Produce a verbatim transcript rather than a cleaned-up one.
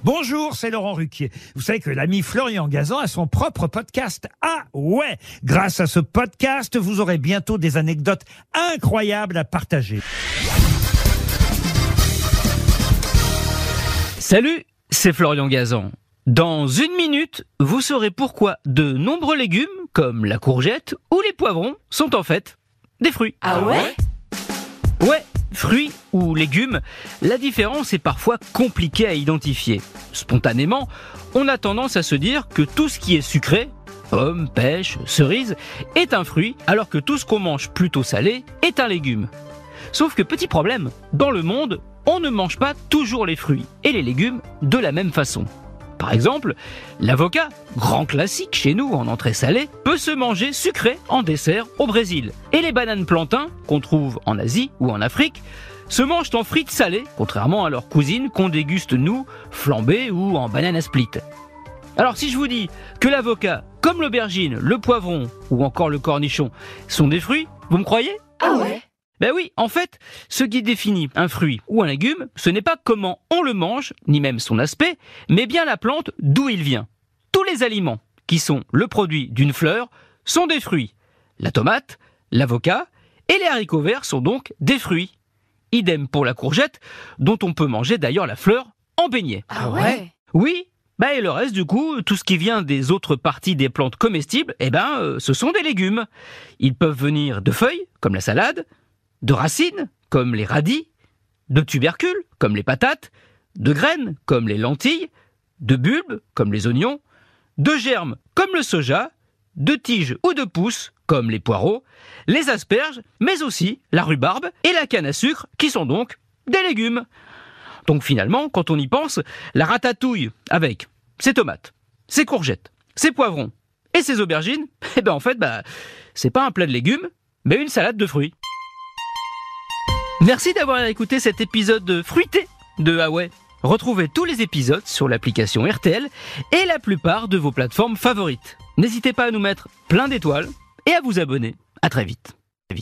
Bonjour, c'est Laurent Ruquier. Vous savez que l'ami Florian Gazan a son propre podcast. Ah ouais! Grâce à ce podcast, vous aurez bientôt des anecdotes incroyables à partager. Salut, c'est Florian Gazan. Dans une minute, vous saurez pourquoi de nombreux légumes, comme la courgette ou les poivrons, sont en fait des fruits. Ah ouais? Ouais, fruits ou légumes, la différence est parfois compliquée à identifier. Spontanément, on a tendance à se dire que tout ce qui est sucré, pommes, pêches, cerises, est un fruit, alors que tout ce qu'on mange plutôt salé est un légume. Sauf que petit problème, dans le monde, on ne mange pas toujours les fruits et les légumes de la même façon. Par exemple, l'avocat, grand classique chez nous en entrée salée, peut se manger sucré en dessert au Brésil. Et les bananes plantains, qu'on trouve en Asie ou en Afrique, se mangent en frites salées, contrairement à leurs cousines qu'on déguste nous, flambées ou en banane à split. Alors si je vous dis que l'avocat, comme l'aubergine, le poivron ou encore le cornichon, sont des fruits, vous me croyez ? Ah ouais? Ben oui, en fait, ce qui définit un fruit ou un légume, ce n'est pas comment on le mange, ni même son aspect, mais bien la plante d'où il vient. Tous les aliments qui sont le produit d'une fleur sont des fruits. La tomate, l'avocat et les haricots verts sont donc des fruits. Idem pour la courgette, dont on peut manger d'ailleurs la fleur en beignet. Ah ouais? Oui, bah et le reste du coup, tout ce qui vient des autres parties des plantes comestibles, eh ben, euh, ce sont des légumes. Ils peuvent venir de feuilles, comme la salade, de racines, comme les radis, de tubercules, comme les patates, de graines, comme les lentilles, de bulbes, comme les oignons, de germes, comme le soja, de tiges ou de pousses, comme les poireaux, les asperges, mais aussi la rhubarbe et la canne à sucre, qui sont donc des légumes. Donc finalement, quand on y pense, la ratatouille avec ses tomates, ses courgettes, ses poivrons et ses aubergines, eh ben en fait, bah, c'est pas un plat de légumes, mais une salade de fruits. Merci d'avoir écouté cet épisode fruité de Ah ouais. Retrouvez tous les épisodes sur l'application R T L et la plupart de vos plateformes favorites. N'hésitez pas à nous mettre plein d'étoiles et à vous abonner. À très vite.